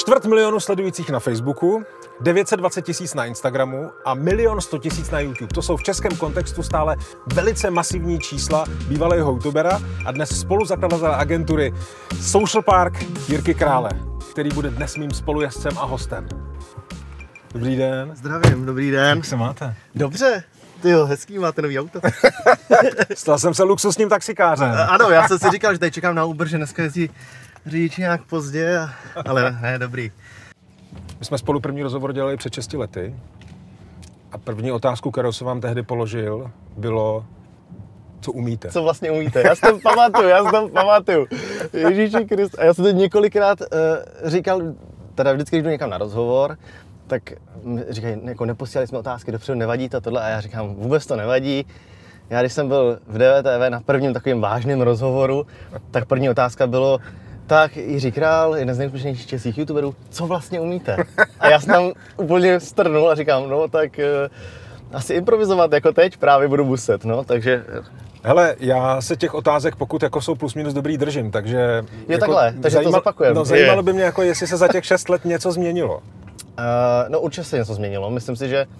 250 000 sledujících na Facebooku, 920 000 na Instagramu a 1 100 000 na YouTube. To jsou v českém kontextu stále velice masivní čísla bývalého youtubera a dnes spoluzakladatele agentury Social Park Jirky Krále, který bude dnes mým spolujezdcem a hostem. Dobrý den. Zdravím, dobrý den. Jak se máte? Dobře. Tyjo, hezký, máte nový auto. Stal jsem se luxusním taxikářem. Ano, já jsem si říkal, že tady čekám na Uber, že dneska jezdí řidiči nějak pozdě, ale ne, dobrý. My jsme spolu první rozhovor dělali před 6 lety a první otázku, kterou jsem vám tehdy položil, bylo, co umíte. Co vlastně umíte? Já si to pamatuju. Ježíši Krist. A já jsem to několikrát říkal, teda vždycky, když jdu někam na rozhovor, tak říkají, jako neposílali jsme otázky dopředu, nevadí to tohle, a já říkám, vůbec to nevadí. Já když jsem byl v DVTV na prvním takovým vážném rozhovoru, tak první otázka bylo, tak Jiří Král, jeden z nejúspěšnějších českých youtuberů, co vlastně umíte? A já jsem tam úplně strnul a říkám, no tak asi improvizovat jako teď právě budu muset, no, takže... Hele, já se těch otázek, pokud jako jsou plus minus dobrý, držím, takže... Je jako takhle, takže to zopakujeme. No, zajímalo by mě, jako jestli se za těch 6 let něco změnilo. No určitě se něco změnilo. Myslím si, že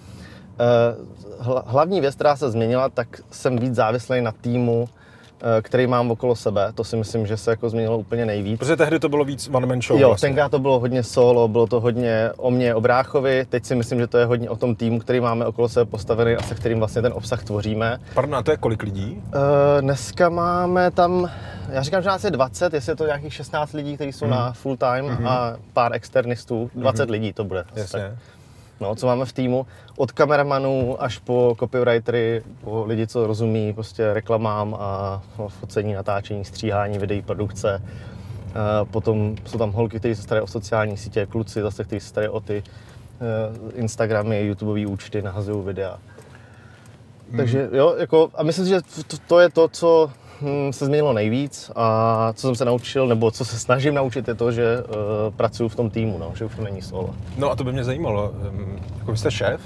hlavní věc, která se změnila, tak jsem víc závislý na týmu, který mám okolo sebe. To si myslím, že se jako změnilo úplně nejvíc. Protože tehdy to bylo víc one man show. Jo, vlastně. Tenkrát to bylo hodně solo, bylo to hodně o mně, o bráchovi. Teď si myslím, že to je hodně o tom týmu, který máme okolo sebe postavený a se kterým vlastně ten obsah tvoříme. Pardon, a to je kolik lidí? Dneska máme tam, já říkám, že nás je 20, jestli je to nějakých 16 lidí, kteří jsou na full time a pár externistů. 20 lidí to bude. Jasně. No, co máme v týmu, od kameramanů až po copywritery, po lidi, co rozumí prostě reklamám a focení, natáčení, stříhání, videí, produkce. Potom jsou tam holky, kteří se starají o sociální sítě, kluci zase, kteří se starají o ty Instagramy, YouTubeové účty, nahazují videa. Takže jo, jako, a myslím si, že to je to, co se změnilo nejvíc a co jsem se naučil, nebo co se snažím naučit, je to, že pracuji v tom týmu, no, že už to není solo. No a to by mě zajímalo, jako vy jste šéf?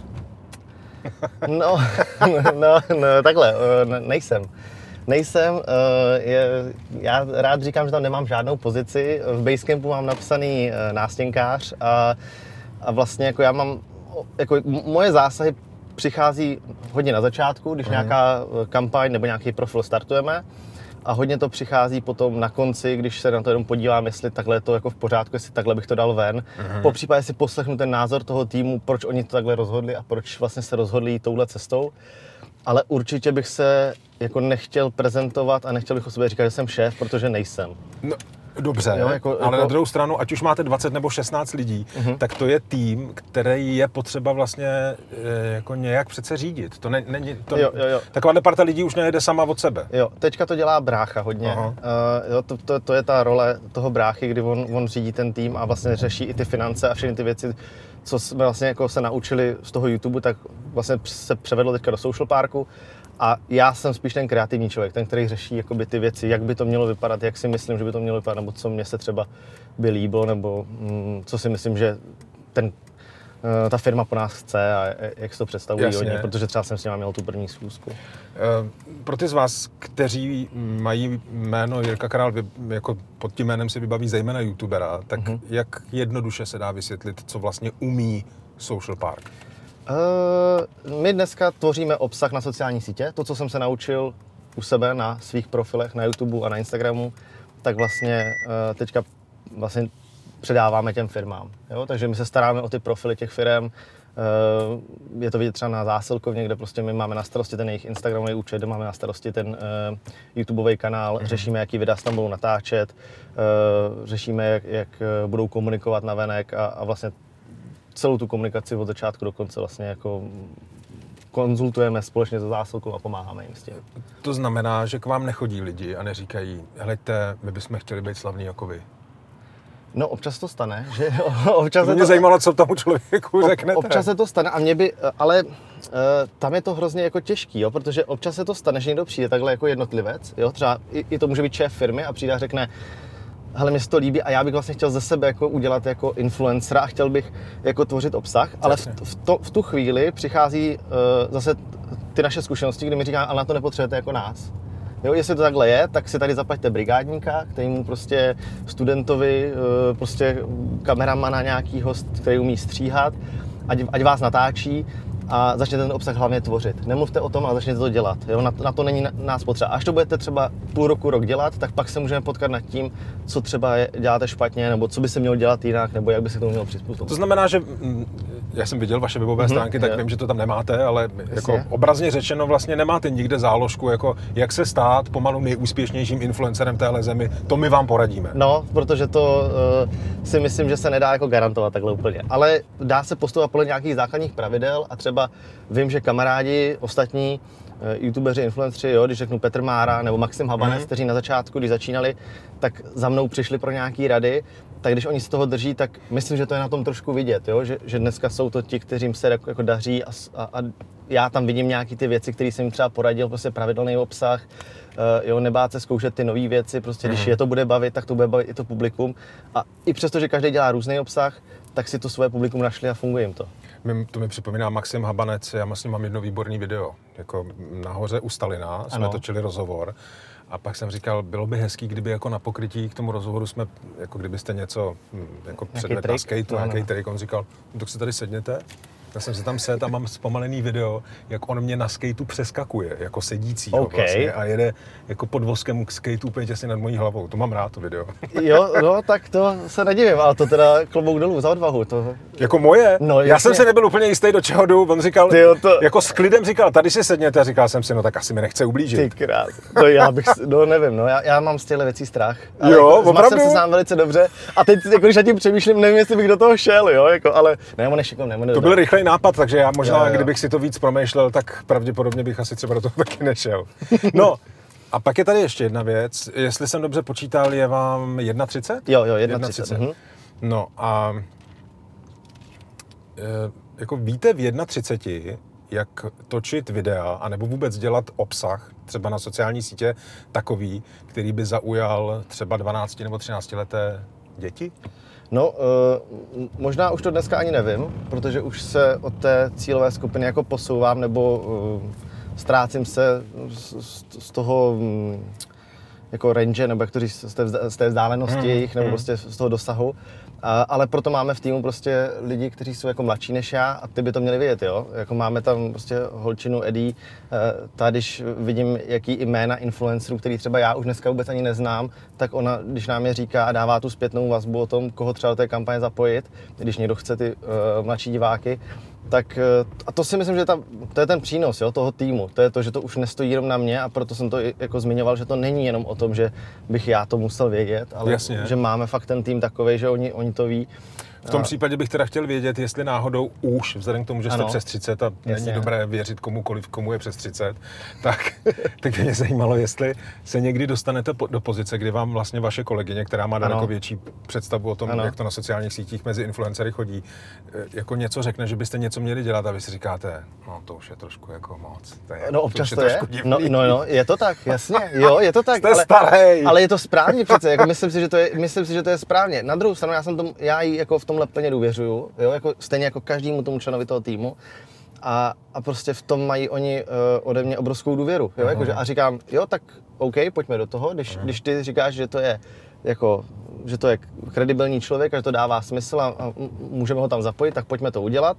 No, takhle, nejsem, já rád říkám, že tam nemám žádnou pozici, v Basecampu mám napsaný nástěnkář a vlastně jako já mám, jako moje zásahy přichází hodně na začátku, když nějaká kampaň nebo nějaký profil startujeme, a hodně to přichází potom na konci, když se na to jenom podívám, jestli takhle je to jako v pořádku, jestli takhle bych to dal ven. Po případě si poslechnu ten názor toho týmu, proč oni to takhle rozhodli a proč vlastně se rozhodli jít touhle cestou. Ale určitě bych se jako nechtěl prezentovat a nechtěl bych o sobě říkat, že jsem šéf, protože nejsem. No, dobře, jo, ale na druhou stranu, ať už máte 20 nebo 16 lidí, tak to je tým, který je potřeba vlastně jako nějak přece řídit. To není, jo. Takováhle parta lidí už nejede sama od sebe. Jo, teďka to dělá brácha hodně. To je ta role toho bráchy, kdy on řídí ten tým a vlastně řeší i ty finance a všechny ty věci, co jsme vlastně jako se naučili z toho YouTube, tak vlastně se převedlo teďka do Social Parku. A já jsem spíš ten kreativní člověk, ten, který řeší jakoby ty věci, jak by to mělo vypadat, jak si myslím, že by to mělo vypadat, nebo co mě se třeba by líbilo, nebo co si myslím, že ta firma po nás chce a jak se to představují oni, protože třeba jsem s nimi měl tu první schůzku. Pro ty z vás, kteří mají jméno Jirka Král, jako pod tím jménem si vybaví zejména youtubera, tak jak jednoduše se dá vysvětlit, co vlastně umí Social Park? My dneska tvoříme obsah na sociální sítě. To, co jsem se naučil u sebe na svých profilech na YouTube a na Instagramu, tak vlastně teďka vlastně předáváme těm firmám. Jo? Takže my se staráme o ty profily těch firm. Je to vidět třeba na zásilkovně, kde prostě my máme na starosti ten jejich Instagramový účet, kde máme na starosti ten YouTubeový kanál, řešíme, jaký videa tam budou natáčet, řešíme, jak budou komunikovat navenek a vlastně celou tu komunikaci od začátku do konce vlastně jako konzultujeme společně se zásilkou a pomáháme jim s tím. To znamená, že k vám nechodí lidi a neříkají, heleďte, my bychom chtěli být slavní jako vy. No občas to stane, že občas to mě zajímalo, co tomu člověku řeknete. Občas se to stane a ale tam je to hrozně jako těžký, jo, protože občas se to stane, že někdo přijde takhle jako jednotlivec, jo, třeba i to může být šéf firmy a přijde a řekne, hele, mě se to líbí a já bych vlastně chtěl ze sebe jako udělat jako influencera a chtěl bych jako tvořit obsah, ale v tu chvíli přichází zase ty naše zkušenosti, kdy mi říká, ale na to nepotřebujete jako nás. Jo, jestli to takhle je, tak si tady zaplaťte brigádníka, který mu prostě studentovi, prostě kameramana nějakýho, který umí stříhat, ať vás natáčí a začněte ten obsah hlavně tvořit. Nemluvte o tom, ale začněte to dělat. Jo? Na to není nás potřeba. Až to budete třeba půl roku, rok dělat, tak pak se můžeme potkat nad tím, co třeba děláte špatně, nebo co by se mělo dělat jinak, nebo jak by se k tomu mělo přizpůsobit. To znamená, že já jsem viděl vaše webové stránky, tak vím, že to tam nemáte, ale jako obrazně řečeno vlastně nemáte nikde záložku, jako jak se stát pomalu nejúspěšnějším influencerem téhle zemi, to my vám poradíme. No, protože to si myslím, že se nedá jako garantovat takhle úplně. Ale dá se postupovat podle nějakých základních pravidel a třeba vím, že kamarádi ostatní, youtubeři, influenceri, jo, když řeknu Petr Mára nebo Maxim Habanec, kteří na začátku, když začínali, tak za mnou přišli pro nějaký rady, tak když oni z toho drží, tak myslím, že to je na tom trošku vidět, jo? Že dneska jsou to ti, kteřím se jako daří a já tam vidím nějaký ty věci, které jsem jim třeba poradil, prostě pravidelný obsah, jo, nebát se zkoušet ty nové věci, prostě když je to bude bavit, tak to bude bavit i to publikum a i přesto, že každý dělá různý obsah, tak si to svoje publikum našli a funguje jim to. To mi připomíná Maxim Habanec, já vlastně mám jedno výborný video, jako nahoře u Stalina jsme točili rozhovor a pak jsem říkal, bylo by hezký, kdyby jako na pokrytí k tomu rozhovoru jsme, jako kdybyste něco jako předvedl na skateu, nějaký trik, on říkal, tak si tady sedněte. Já jsem se tam sedl a mám zpomalený video, jak on mě na skateu přeskakuje, jako sedící vlastně, a jede jako pod voskem k skateu úplně těsně nad mojí hlavou. To mám rád, to video. Jo, no, tak to se nedivím, ale to teda klobouk dolů za odvahu. To... Jako moje? No, já jsem si nebyl úplně jistý, do čeho jdu. On říkal, jako s klidem říkal, tady si sedněte, a říkal jsem si, no tak asi mi nechce ublížit. Ty krás. No já bych, no nevím, no já mám z těchto věcí strach. Ale jo, jako, opravdu? Jsem se znám velice dobře a teď, jako, když já tím přemýšlím, nevím, jestli bych do toho šel, jo, jako, ale ne, on nešikovný. To byl rychlej nápad, takže já možná, kdybych si to víc promýšlel, tak pravděpodobně bych asi třeba do toho taky nešel. No, a pak je tady ještě jedna věc. Jestli jsem dobře počítal, je vám 1,30? Jo, 1,30. No a jako víte v 1,30, jak točit videa, anebo vůbec dělat obsah, třeba na sociální sítě, takový, který by zaujal třeba 12 nebo 13 leté děti? No, možná už to dneska ani nevím, protože už se od té cílové skupiny jako posouvám, nebo ztrácím se z toho jako range, nebo jak to říct, z té vzdálenosti jejich, nebo prostě z toho dosahu. Ale proto máme v týmu prostě lidi, kteří jsou jako mladší než já a ty by to měli vědět, jo. Jako máme tam prostě holčinu Eddie, ta když vidím jaký jména influencerů, který třeba já už dneska vůbec ani neznám, tak ona, když nám je říká a dává tu zpětnou vazbu o tom, koho třeba do té kampaně zapojit, když někdo chce ty mladší diváky, tak a to si myslím, že to je ten přínos, jo, toho týmu. To je to, že to už nestojí jenom na mě a proto jsem to jako zmiňoval, že to není jenom o tom, že bych já to musel vědět, ale že máme fakt ten tým takovej, že oni to ví. V tom případě bych teda chtěl vědět, jestli náhodou už, vzhledem k tomu, že jste přes 30 a není dobré věřit komukoliv, komu je přes 30, tak by mě zajímalo, jestli se někdy dostanete do pozice, kdy vám vlastně vaše kolegyně, která má daleko větší představu o tom, jak to na sociálních sítích mezi influencery chodí, jako něco řekne, že byste něco měli dělat a vy si říkáte, no to už je trošku jako moc. No občas to je. No, je to tak, jasně, jo, je to tak. Jste starý. Ale je to správně přece, jako myslím si, že to je správně. Na druhou stranu já jí jako v tomhle plně důvěřuju, jo, jako stejně jako každému tomu členovi toho týmu a prostě v tom mají oni ode mě obrovskou důvěru, jo, jakože, a říkám, jo, tak OK, pojďme do toho, když ty říkáš, že to je jako, že to je kredibilní člověk a že to dává smysl a můžeme ho tam zapojit, tak pojďme to udělat.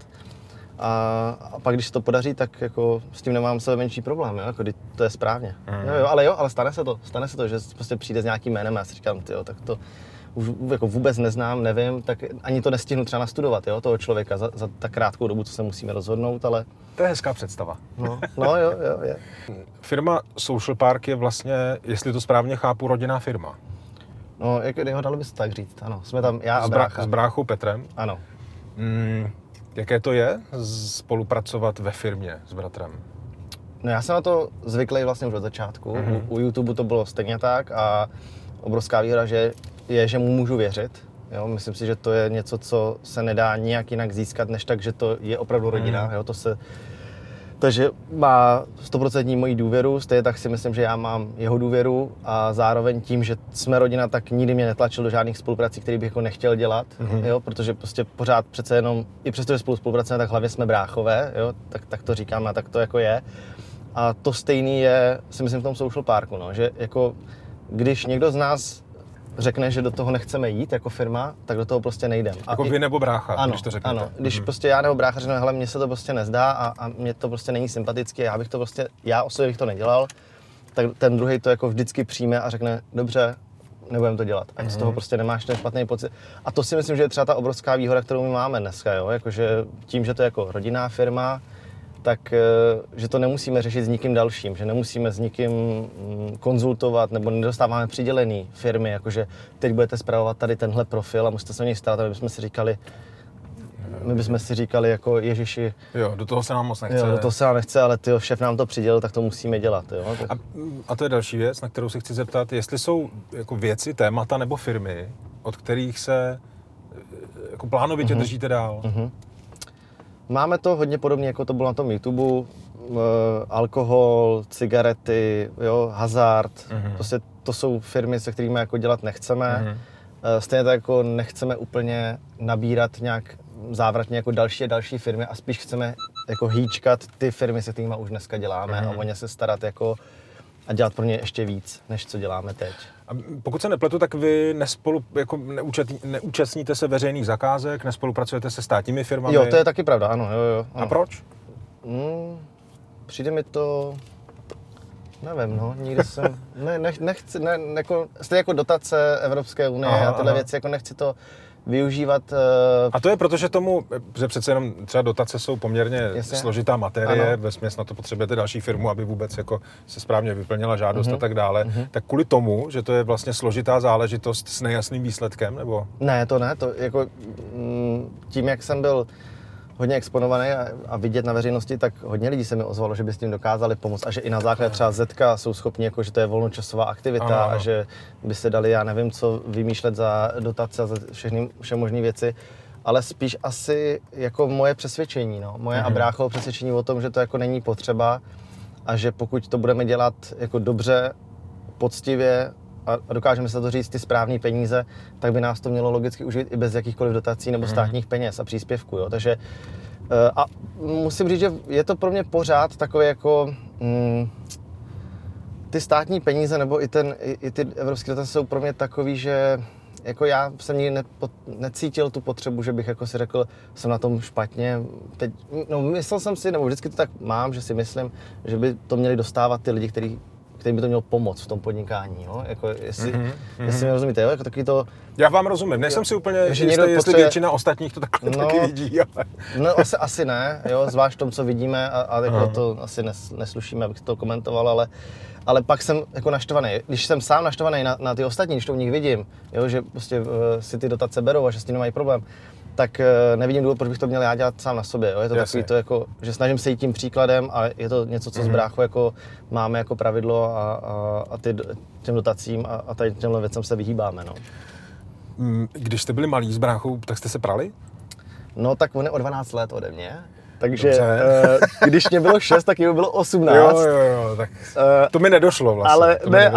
A pak, když se to podaří, tak jako s tím nemám sebe menší problém, jo? Jako, to je správně. Ale stane se to, že prostě přijde s nějakým jménem a já si říkám, tyjo, tak to už jako vůbec neznám, nevím, tak ani to nestihnu třeba nastudovat, jo, toho člověka za tak krátkou dobu, co se musíme rozhodnout, ale... To je hezká představa. No, jo, je. Firma Social Park je vlastně, jestli to správně chápu, rodinná firma. No, jako dalo by se tak říct, ano. Jsme tam já a brácha. S bráchou Petrem? Ano. Jaké to je spolupracovat ve firmě s bratrem? No já jsem na to zvyklý vlastně už od začátku. U YouTube to bylo stejně tak a obrovská výhoda, že mu můžu věřit. Jo? Myslím si, že to je něco, co se nedá nijak jinak získat, než tak, že to je opravdu rodina. Jo? Takže má 100% moji důvěru, stejně tak si myslím, že já mám jeho důvěru a zároveň tím, že jsme rodina, tak nikdy mě netlačil do žádných spoluprací, které bych jako nechtěl dělat, jo? Protože prostě pořád přece jenom, i přesto, že spolupracujeme, tak hlavně jsme bráchové, jo? Tak to říkáme a tak to jako je. A to stejný je, si myslím, v tom Social Parku, no, že jako když někdo z nás řekne, že do toho nechceme jít jako firma, tak do toho prostě nejdem. Jako vy nebo brácha, ano, když to řeknete. Ano, když prostě já nebo brácha řekne, hele, mně se to prostě nezdá a mně to prostě není sympatické, já osobně bych to nedělal, tak ten druhý to jako vždycky přijme a řekne, dobře, nebudeme to dělat. Ať z toho prostě nemáš ten špatný pocit. A to si myslím, že je třeba ta obrovská výhoda, kterou my máme dneska, jo? Jakože tím, že to je jako rodinná firma, tak že to nemusíme řešit s nikým dalším, že nemusíme s nikým konzultovat nebo nedostáváme přidělený firmy, jakože teď budete spravovat tady tenhle profil a musíte se o něj starat, a my bychom si říkali jako Ježiši. Jo, do toho se nám moc nechce. Jo, do toho se nám nechce, ale tyjo, šéf nám to přidělil, tak to musíme dělat. Jo? A to je další věc, na kterou se chci zeptat, jestli jsou jako věci, témata nebo firmy, od kterých se jako plánovitě držíte dál. Máme to hodně podobně, jako to bylo na tom YouTube, alkohol, cigarety, jo, hazard, prostě to jsou firmy, se kterými jako dělat nechceme. Stejně tak jako nechceme úplně nabírat nějak závratně jako další a další firmy a spíš chceme jako hýčkat ty firmy, se kterými už dneska děláme a o ně se starat jako a dělat pro ně ještě víc, než co děláme teď. A pokud se nepletu, tak vy neúčastníte se veřejných zakázek, nespolupracujete se státními firmami? Jo, to je taky pravda, ano. Jo. A proč? Přijde mi to, nevím, no, nikdy jsem, nechci, jako, stejně jako dotace Evropské unie a tyhle věci, jako nechci to využívat. A to je proto, že přece jenom třeba dotace jsou poměrně složitá materie, vesměs na to potřebujete další firmu, aby vůbec jako se správně vyplnila žádost a tak dále. Tak kvůli tomu, že to je vlastně složitá záležitost s nejasným výsledkem, nebo? Ne, to jako tím, jak jsem byl hodně exponovaný a vidět na veřejnosti, tak hodně lidí se mi ozvalo, že by s tím dokázali pomoct a že i na základě třeba Zetka jsou schopni, jako, že to je volnočasová aktivita a že by se dali, já nevím co, vymýšlet za dotace a za vše možné věci, ale spíš asi jako moje přesvědčení, no, moje a bráchovo přesvědčení o tom, že to jako není potřeba a že pokud to budeme dělat jako dobře, poctivě a dokážeme se to říct ty správné peníze, tak by nás to mělo logicky uživit i bez jakýchkoliv dotací nebo státních peněz a příspěvků. Jo? Takže a musím říct, že je to pro mě pořád takové jako ty státní peníze nebo i ty evropské dotace jsou pro mě takový, že jako já jsem nikdy necítil tu potřebu, že bych jako si řekl, jsem na tom špatně. Teď, no, myslel jsem si, nebo vždycky to tak mám, že si myslím, že by to měli dostávat ty lidi, kterým by to mělo pomoct v tom podnikání, jo? Jako jestli mi rozumíte, jo? Jako takový to... Já vám rozumím, nejsem si úplně jistý, jestli většina ostatních to takhle taky vidí, ale... No asi ne, jo? Zvlášť v tom, co vidíme a jako to asi neslušíme, abych to komentoval, ale pak jsem jako naštvaný. Když jsem sám naštvaný na ty ostatní, když to u nich vidím, jo? Že prostě si ty dotace berou a že s tím nemají problém, tak nevidím důvod, proč bych to měl já dělat sám na sobě. Jo? Je to takový to jako, že snažím se jít tím příkladem a je to něco, co s bráchou jako máme jako pravidlo a těm dotacím a tady těmhle věcem se vyhýbáme. No. Když jste byli malí s bráchou, tak jste se prali? No tak on je o 12 let ode mě. Takže když mě bylo 6, tak jemu bylo 18. Jo, tak to mi nedošlo vlastně.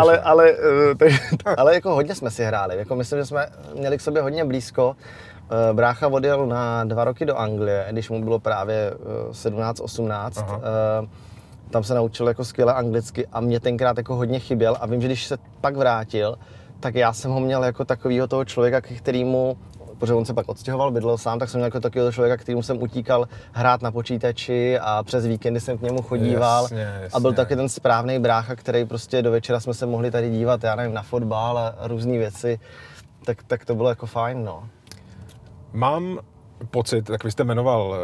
Ale jako hodně jsme si hráli. Jako myslím, že jsme měli k sobě hodně blízko. Brácha odjel na 2 roky do Anglie, když mu bylo právě 17-18. Tam se naučil jako skvěle anglicky a mě tenkrát jako hodně chyběl a vím, že když se pak vrátil, tak já jsem ho měl jako takovýho toho člověka, kterýmu, protože on se pak odstěhoval, bydlel sám, tak jsem měl jako takovýho člověka, kterýmu jsem utíkal hrát na počítači a přes víkendy jsem k němu chodíval. Jasně. A byl taky ten správný brácha, který prostě do večera jsme se mohli tady dívat, já nevím, na fotbal a různé věci, tak to bylo jako fajn, no. Mám pocit, tak vy jste jmenoval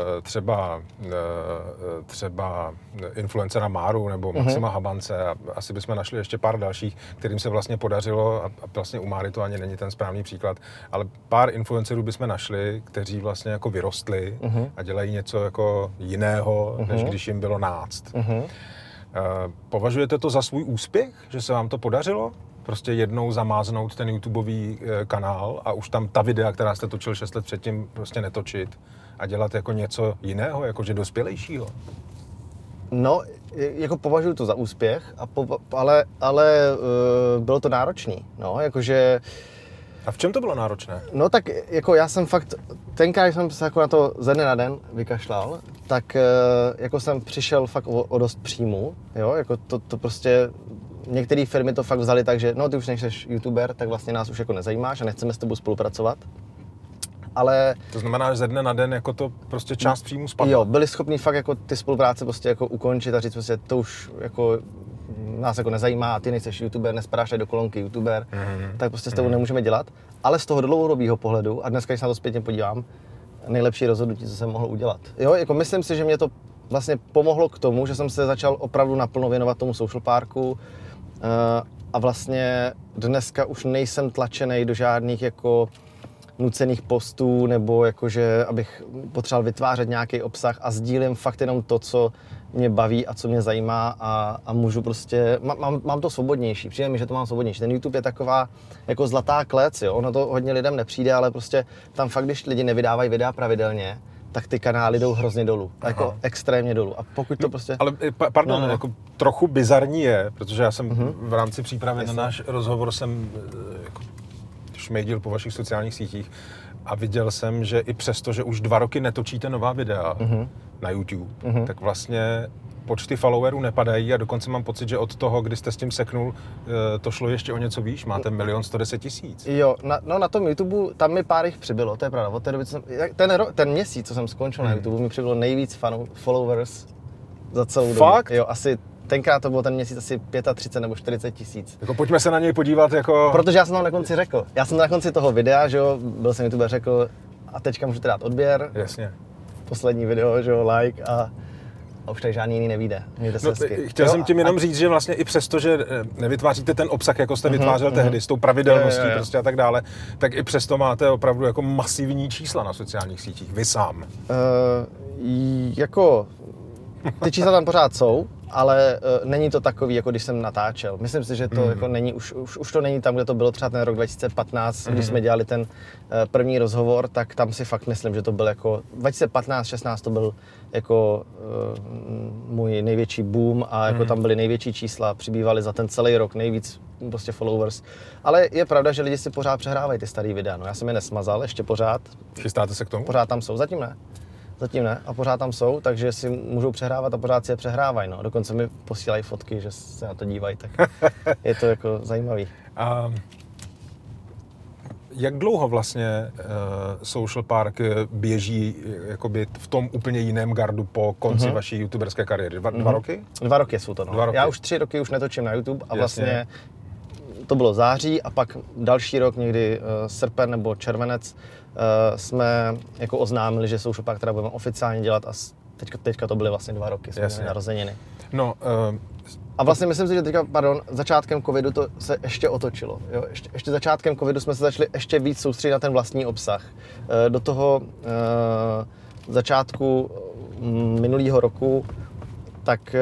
třeba influencera Máru nebo Maxima Habance a asi bychom našli ještě pár dalších, kterým se vlastně podařilo, a vlastně u Máry to ani není ten správný příklad, ale pár influencerů bychom našli, kteří vlastně jako vyrostli a dělají něco jako jiného, než když jim bylo 12. Považujete to za svůj úspěch, že se vám to podařilo? Prostě jednou zamáznout ten YouTubeový kanál a už tam ta videa, která jste točil 6 let předtím, prostě netočit a dělat jako něco jiného, jakože dospělejšího? No, jako považuji to za úspěch, ale bylo to náročný, no, jakože A v čem to bylo náročné? No tak jako já jsem fakt, tenkrát jsem se jako na to ze dne na den vykašlal, tak jako jsem přišel fakt o dost příjmu, jo, jako to prostě, některé firmy to fakt vzali tak, že no ty už nejseš youtuber, tak vlastně nás už jako nezajímáš a nechceme s tebou spolupracovat. Ale... To znamená, že ze dne na den jako to prostě část příjmu spadla. Jo, byli schopni fakt jako ty spolupráce prostě jako ukončit a říct prostě to už jako nás jako nezajímá, a ty nejseš youtuber, nespadáš do kolonky youtuber, tak prostě s tebou nemůžeme dělat. Ale z toho dlouhodobého pohledu, a dneska, když se na to zpětně podívám, nejlepší rozhodnutí, co jsem mohl udělat. Jo, jako myslím si, že mě to vlastně pomohlo k tomu, že jsem se začal opravdu naplno věnovat tomu social parku a vlastně dneska už nejsem tlačený do žádných jako nucených postů, nebo jakože abych potřeboval vytvářet nějaký obsah a sdílím fakt jenom to, co mě baví a co mě zajímá a můžu prostě, mám to svobodnější, přijde mi, že to mám svobodnější. Ten YouTube je taková jako zlatá klec, jo, ono to hodně lidem nepřijde, ale prostě tam fakt, když lidi nevydávají videa pravidelně, tak ty kanály jdou hrozně dolů, jako extrémně dolů. A pokud to prostě... Ale pardon, jako trochu bizarní je, protože já jsem v rámci přípravy na náš rozhovor jsem jako šmejdil po vašich sociálních sítích a viděl jsem, že i přesto, že už 2 roky netočíte nová videa na YouTube, tak vlastně počty followerů nepadají a dokonce mám pocit, že od toho, kdy jste s tím seknul, to šlo ještě o něco výš. Máte 1 110 000. Jo, na tom YouTube tam mi pár jich přibylo, to je pravda. Od té doby, ten měsíc, co jsem skončil na YouTube, mi přibylo nejvíc followers za celou dobu. Fakt? Jo, asi tenkrát to bylo ten měsíc asi 35 nebo 40 tisíc. Jako pojďme se na něj podívat jako... Protože já jsem tam na konci řekl. Já jsem na konci toho videa, že jo, byl jsem YouTuber, řekl a teďka můžete dát odběr. Jasně. Poslední video, že jo, like a už tady žádný jiný nevyjde. Mějte se hezky. Chtěl jsem tím jenom říct, že vlastně i přesto, že nevytváříte ten obsah, jako jste vytvářel tehdy, s tou pravidelností prostě a tak dále, tak i přesto máte opravdu jako masivní čísla na sociálních sítích. Vy sám. Jako ty čísla tam pořád jsou, ale není to takový, jako když jsem natáčel. Myslím si, že to jako není, už to není tam, kde to bylo třeba ten rok 2015, když jsme dělali ten první rozhovor, tak tam si fakt myslím, že to byl jako 2015-16 to byl jako můj největší boom a jako tam byly největší čísla, přibývaly za ten celý rok nejvíc prostě followers. Ale je pravda, že lidi si pořád přehrávají ty starý videa. No, já jsem je nesmazal, ještě pořád. Chystáte se k tomu? Pořád tam jsou, zatím ne a pořád tam jsou, takže si můžou přehrávat a pořád si je přehrávají, no. Dokonce mi posílají fotky, že se na to dívají, tak je to jako zajímavý. Jak dlouho vlastně Social Park běží jakoby v tom úplně jiném gardu po konci vaší youtuberské kariéry? 2 roky? 2 roky jsou to, no. 2 roky. Já už 3 roky už netočím na YouTube a vlastně to bylo září a pak další rok, někdy srpen nebo červenec, jsme jako oznámili, že Social Park teda budeme oficiálně dělat a teďka to byly vlastně 2 roky, jsme měli narozeniny. No, a vlastně myslím si, že teďka, začátkem covidu to se ještě otočilo. Jo? Ještě začátkem covidu jsme se začali ještě víc soustředit na ten vlastní obsah. Do toho začátku minulého roku tak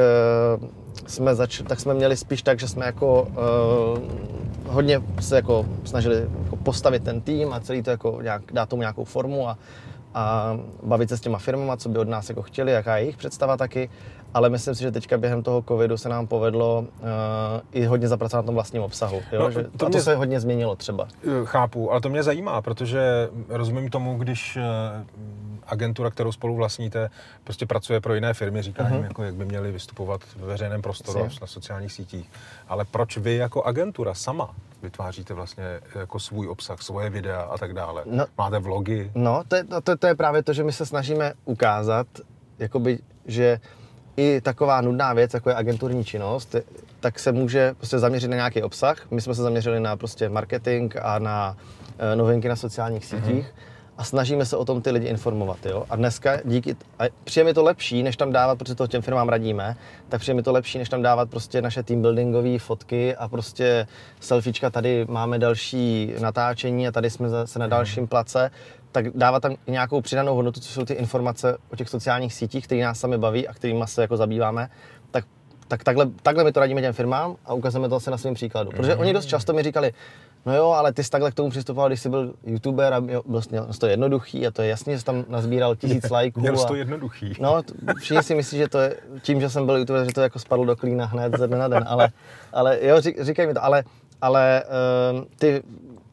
jsme měli spíš tak, že jsme jako hodně se jako snažili jako postavit ten tým a celý to jako dát tomu nějakou formu a bavit se s těma firmama, co by od nás jako chtěli, jaká je jejich představa taky. Ale myslím si, že teďka během toho covidu se nám povedlo i hodně zapracovat na tom vlastním obsahu. Jo? No, to se hodně změnilo třeba. Chápu, ale to mě zajímá, protože rozumím tomu, když agentura, kterou spolu vlastníte, prostě pracuje pro jiné firmy, říká jim, jako, jak by měli vystupovat ve veřejném prostoru na sociálních sítích. Ale proč vy jako agentura sama vytváříte vlastně jako svůj obsah, svoje videa a tak dále? No, máte vlogy? No, to je právě to, že my se snažíme ukázat, jakoby, že i taková nudná věc, jako je agenturní činnost, tak se může prostě zaměřit na nějaký obsah. My jsme se zaměřili na prostě marketing a na novinky na sociálních sítích a snažíme se o tom ty lidi informovat. Jo? A dneska přijde mi to lepší, než tam dávat, protože to těm firmám radíme, tak přijde mi to lepší, než tam dávat prostě naše teambuildingové fotky a prostě selfiečka, tady máme další natáčení a tady jsme zase na dalším place. Tak dávat tam nějakou přidanou hodnotu, co jsou ty informace o těch sociálních sítích, které nás sami baví a kterými se jako zabýváme, tak takhle my to radíme těm firmám a ukazujeme to asi na svém příkladu. Protože oni dost často mi říkali, no jo, ale ty jsi takhle k tomu přistupoval, když jsi byl youtuber a byl to jednoduchý a to je jasný, že jsi tam nazbíral 1000 lajků. Měl jsi to jednoduchý. No, všichni si myslí, že to je tím, že jsem byl youtuber, že to jako spadlo do klína hned ze dne na den, ale jo, říkají mi to, ale ty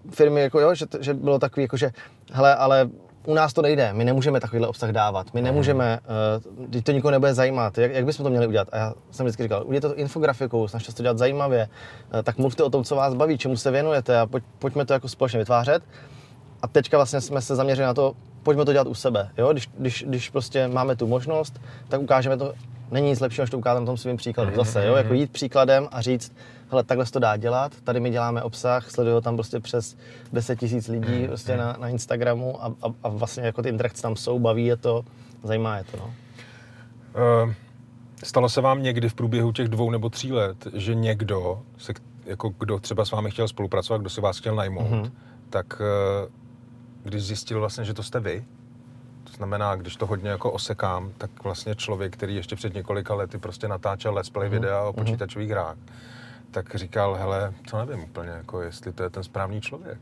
firmy, jako jo, že bylo takový, jako že hele, ale u nás to nejde, my nemůžeme takovýhle obsah dávat, my nemůžeme, teď to nikoho nebude zajímat, jak bychom to měli udělat? A já jsem vždycky říkal, udělejte to infografikou, snažte se to dělat zajímavě, tak mluvte o tom, co vás baví, čemu se věnujete a pojďme to jako společně vytvářet. A teďka vlastně jsme se zaměřili na to, pojďme to dělat u sebe, jo? Když prostě máme tu možnost, tak ukážeme to, není nic lepšího, než to ukázat na tom svým příkladem zase, jo? Jako jít příkladem a říct, hele, takhle se to dá dělat, tady my děláme obsah, sledují tam prostě přes 10 000 lidí prostě na Instagramu a vlastně jako ty interakce tam jsou, baví je to, zajímá je to, no. Stalo se vám někdy v průběhu těch 2 nebo 3 let, že někdo, jako kdo třeba s vámi chtěl spolupracovat, kdo si vás chtěl najmout, tak když zjistil vlastně, že to jste vy, to znamená, když to hodně jako osekám, tak vlastně člověk, který ještě před několika lety prostě natáčel let's play videa o počítačových hrách, tak říkal, hele, to nevím úplně, jako jestli to je ten správný člověk.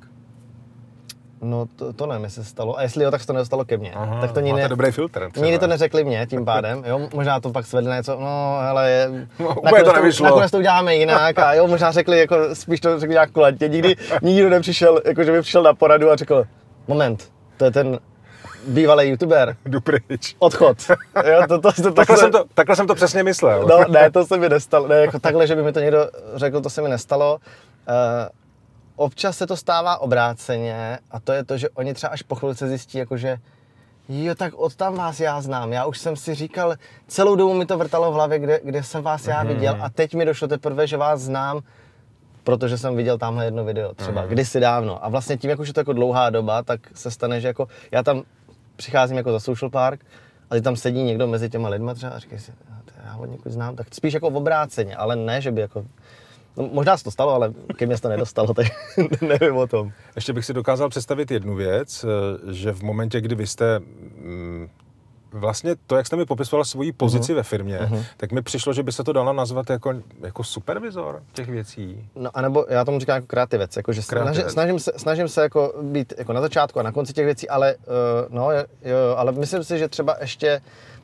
No to nevím, jestli se stalo. A jestli jo, tak se to nedostalo ke mně. Aha, tak to máte dobrý filtr. Nikdy to neřekli mě tím pádem, jo, možná to pak svedli na něco, no hele, úplně to nevyšlo. Nakonec to uděláme jinak a jo, možná řekli, jako spíš to řekli nějak kulantně. Nikdo nepřišel, jako že by přišel na poradu a řekl, moment, to je ten bývalý youtuber. Jdu pryč. Odchod. Jo, takhle jsem to přesně myslel. No, ne, to se mi nestalo. Ne, jako takhle, že by mi to někdo řekl, to se mi nestalo. Občas se to stává obráceně a to je to, že oni třeba až po chvilce zjistí, jakože jo, tak odtam vás já znám. Já už jsem si říkal, celou dobu mi to vrtalo v hlavě, kde jsem vás já viděl a teď mi došlo teprve, že vás znám, protože jsem viděl tamhle jedno video třeba kdysi dávno. A vlastně tím, jakože to jako dlouhá doba, tak se stane, že jako já tam přicházím jako za Social Park a tam sedí někdo mezi těma lidma třeba a říkají si, já ho někud znám, tak spíš jako v obráceně, ale ne, že by jako... No, možná se to stalo, ale ke mně se to nedostalo, tak nevím o tom. Ještě bych si dokázal představit jednu věc, že v momentě, kdy vy jste vlastně to, jak jste mi popisoval svoji pozici ve firmě, tak mi přišlo, že by se to dalo nazvat jako supervizor těch věcí. No, anebo já tomu říkám jako kreativec, jako, že snažím se jako být jako na začátku a na konci těch věcí, ale no, jo, ale myslím si, že třeba ještě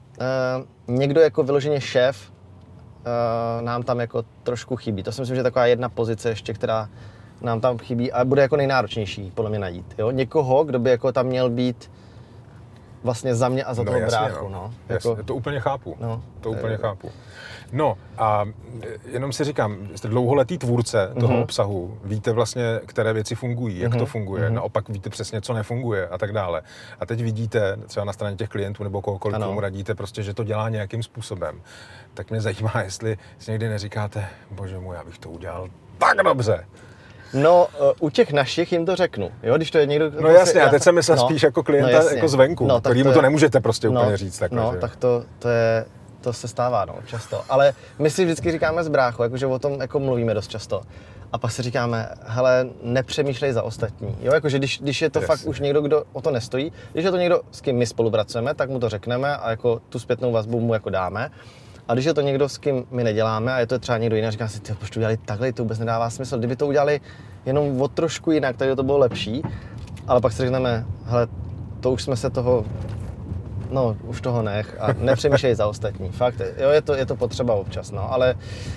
někdo jako vyloženě šéf nám tam jako trošku chybí. To si myslím, že je taková jedna pozice ještě, která nám tam chybí a bude jako nejnáročnější podle mě najít. Jo? Někoho, kdo by jako tam měl být vlastně za mě a za toho bráchu. No. Jasně, to úplně chápu. Chápu. No a jenom si říkám, jste dlouholetý tvůrce toho obsahu, víte vlastně, které věci fungují, jak to funguje, naopak víte přesně, co nefunguje a tak dále. A teď vidíte třeba na straně těch klientů nebo kohokoliv, komu radíte prostě, že to dělá nějakým způsobem. Tak mě zajímá, jestli si někdy neříkáte, bože můj, já bych to udělal tak dobře. No, u těch našich jim to řeknu, jo, když to je někdo... No jasně, a teď jsem myslel spíš jako klienta jako zvenku, kterýmu to nemůžete prostě úplně říct takhle, no, že? Tak to se stává, no, často. Ale my si vždycky říkáme s bráchou, jakože o tom jako mluvíme dost často. A pak si říkáme, hele, nepřemýšlej za ostatní, jo, jakože když je to fakt už někdo, kdo o to nestojí, když je to někdo, s kým my spolupracujeme, tak mu to řekneme a jako tu zpětnou vazbu mu jako dáme. A když je to někdo, s kým my neděláme a je to třeba někdo jiný, říká si, proč to udělali takhle, to vůbec nedává smysl. Kdyby to udělali jenom o trošku jinak, tak to bylo lepší. Ale pak si řekneme, hele, to už jsme se toho, no už toho nech a nepřemýšlej za ostatní. Fakt, jo, je to potřeba občas, no, ale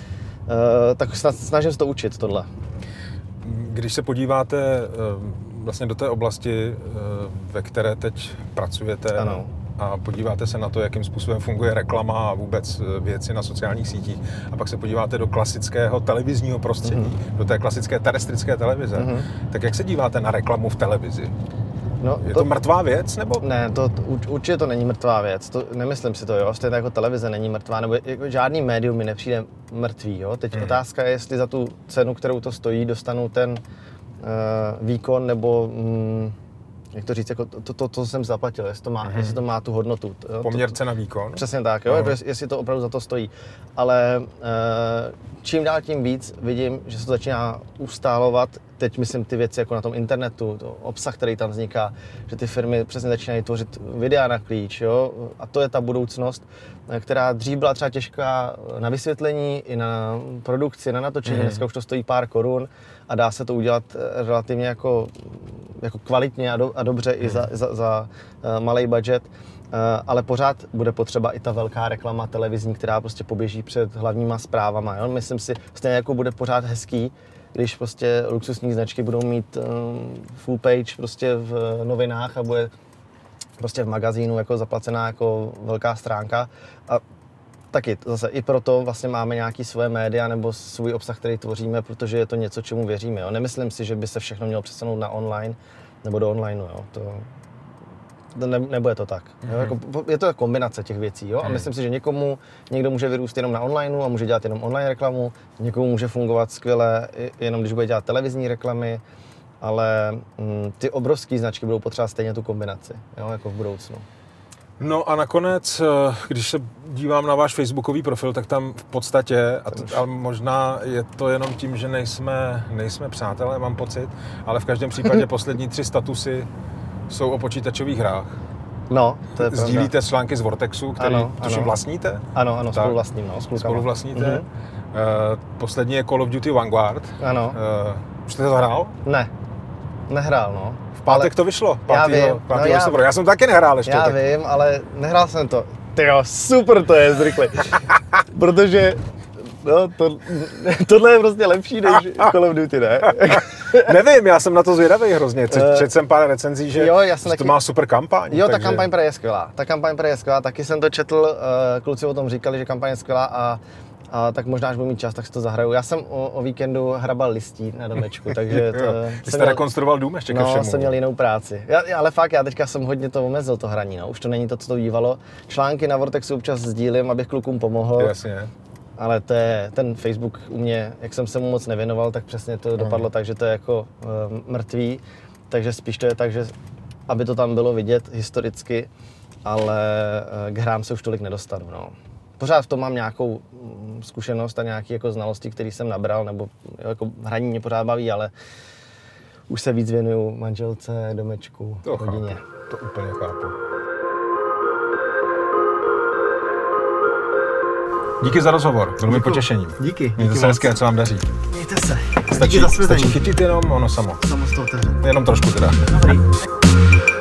tak snažím se to učit, tohle. Když se podíváte vlastně do té oblasti, ve které teď pracujete, ano. A podíváte se na to, jakým způsobem funguje reklama a vůbec věci na sociálních sítích a pak se podíváte do klasického televizního prostředí, do té klasické terestrické televize, tak jak se díváte na reklamu v televizi? No, je to mrtvá věc, nebo? Ne, určitě to není mrtvá věc, nemyslím si to, jo, stejně jako televize není mrtvá, nebo jako žádný médium mi nepřijde mrtvý, jo. Teď otázka je, jestli za tu cenu, kterou to stojí, dostanu ten výkon, nebo jak to říct, jako to jsem zaplatil, jestli to má tu hodnotu. Jo? Poměr cena výkon. Přesně tak, jo? Jestli to opravdu za to stojí. Ale čím dál tím víc vidím, že se to začíná ustálovat. Teď myslím ty věci jako na tom internetu, to obsah, který tam vzniká, že ty firmy přesně začínají tvořit videa na klíč, jo? A to je ta budoucnost, která dřív byla třeba těžká na vysvětlení i na produkci, na natočení. Dneska už to stojí pár korun a dá se to udělat relativně jako kvalitně a dobře i za malej budget, ale pořád bude potřeba i ta velká reklama televizní, která prostě poběží před hlavníma zprávama. Jo? Myslím si, stejně jako bude pořád hezký když prostě luxusní značky budou mít full page prostě v novinách a bude prostě v magazínu jako zaplacená jako velká stránka. A taky zase i proto vlastně máme nějaký svoje média nebo svůj obsah, který tvoříme, protože je to něco, čemu věříme. Jo. Nemyslím si, že by se všechno mělo přesunout na online nebo do onlineu. Jo. Nebude to tak. Jo. Jako, je to kombinace těch věcí. Jo. A myslím si, že někdo může vyrůst jenom na onlineu a může dělat jenom online reklamu, někomu může fungovat skvěle jenom když bude dělat televizní reklamy, ale ty obrovské značky budou potřebovat stejně tu kombinaci, jo, jako v budoucnu. No a nakonec, když se dívám na váš facebookový profil, tak tam v podstatě, a možná je to jenom tím, že nejsme přátelé, mám pocit, ale v každém případě poslední 3 statusy jsou o počítačových hrách. No, to je pravda. Sdílíte články z Vortexu, který tuším vlastníte? Ano, spoluvlastním, no, s klukama. Spoluvlastníte. Poslední je Call of Duty Vanguard. Ano. Už jste to hrál? Ne, nehrál, no. V pátek to vyšlo, 5. listopadu. Já jsem to taky nehrál ještě. Já vím, ale nehrál jsem to. Tyjo, super to je, zrychle. Protože tohle je prostě lepší než Call of Duty, ne? Nevím, já jsem na to zvědavý hrozně. Četl jsem pár recenzí, že to má super kampaň. Jo, ta kampaň je skvělá. Taky jsem to četl, kluci o tom říkali, že kampaň je skvělá a tak možná, až budu mít čas, tak si to zahraju. Já jsem o víkendu hrabal listí na domečku, takže Ty jste rekonstruoval dům ještě ke všemu. No, jsem měl jinou práci. Ale fakt, já teďka jsem hodně to omezil, to hraní, no. Už to není to, co to bývalo. Články na Vortexu občas sdílím, abych klukům pomohl. Jasně. Ale ten Facebook u mě, jak jsem se mu moc nevěnoval, tak přesně to dopadlo tak, že to je jako mrtvý. Takže spíš to je tak, že aby to tam bylo vidět historicky, ale k hrám se už tolik nedostanu, no. Pořád v tom mám nějakou zkušenost a nějaké jako znalosti, které jsem nabral, nebo jako hraní mě pořád baví, ale už se víc věnuju manželce, domečku, rodině. To úplně chápu. Díky za rozhovor, bylo mi potěšením. Díky. Mějte se hezky, co vám daří. Mějte se. Stačí chytit jenom ono samo. Samo z toho Jenom trošku teda. Dobrý.